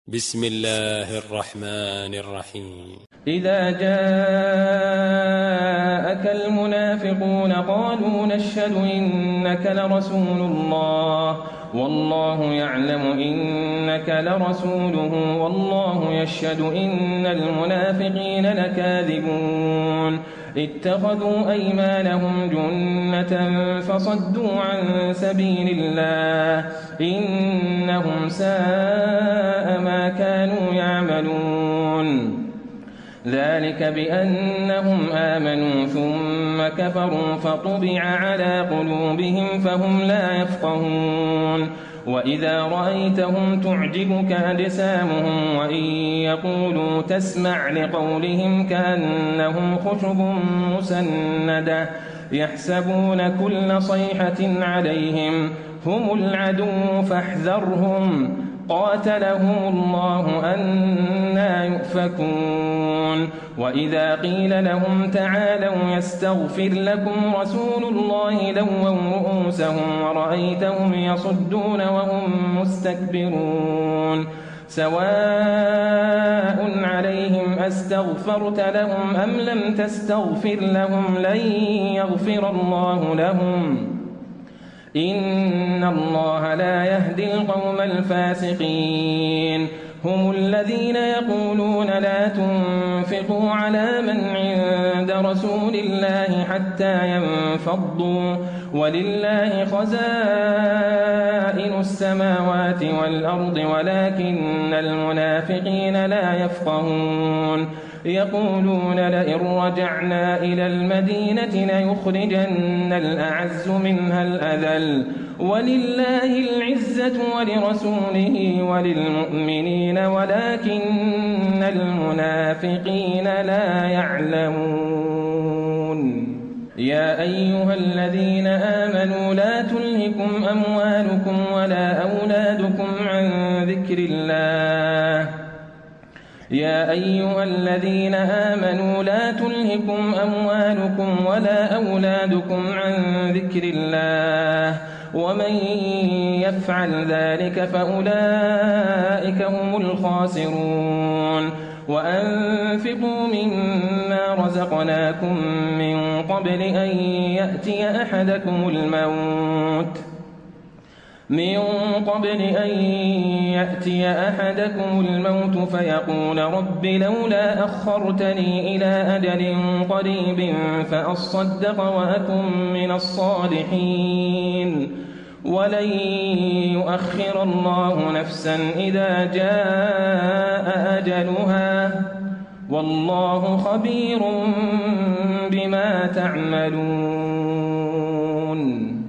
بسم الله الرحمن الرحيم. إذا جاءك المنافقون قالوا نشهد إنك لرسول الله والله يعلم إنك لرسوله والله يشهد إن المنافقين لكاذبون اتخذوا أيمانهم جنة فصدوا عن سبيل الله إنهم ساء ما كانوا يعملون ذلك بأنهم آمنوا ثم كفروا فطبع على قلوبهم فهم لا يفقهون وإذا رأيتهم تعجبك أجسامهم وإن يقولوا تسمع لقولهم كأنهم خشب مسندة يحسبون كل صيحة عليهم هم العدو فاحذرهم قاتلهم الله أنى يؤفكون وإذا قيل لهم تعالوا يستغفر لكم رسول الله لووا رؤوسهم ورأيتهم يصدون وهم مستكبرون سواء عليهم أستغفرت لهم أم لم تستغفر لهم لن يغفر الله لهم إن الله لا يهدي القوم الفاسقين هم الذين يقولون لا تنفقوا على من عند رسول الله حتى ينفضوا ولله خزائن السماوات والأرض ولكن المنافقين لا يفقهون يقولون لئن رجعنا إلى المدينة ليخرجن الأعز منها الأذل ولله العزة ولرسوله وللمؤمنين ولكن المنافقين لا يعلمون يا أيها الذين آمنوا لا تلهكم أموالكم ولا أولادكم عن ذكر الله يا أيها الذين آمنوا لا تلهكم أموالكم ولا أولادكم عن ذكر الله ومن يفعل ذلك فأولئك هم الخاسرون وأنفقوا مما رزقناكم من قبل أن يأتي أحدكم الموت فيقول رب لولا أخرتني إلى أجل قريب فأصدق وأكن من الصالحين ولن يؤخر الله نفسا إذا جاء أجلها والله خبير بما تعملون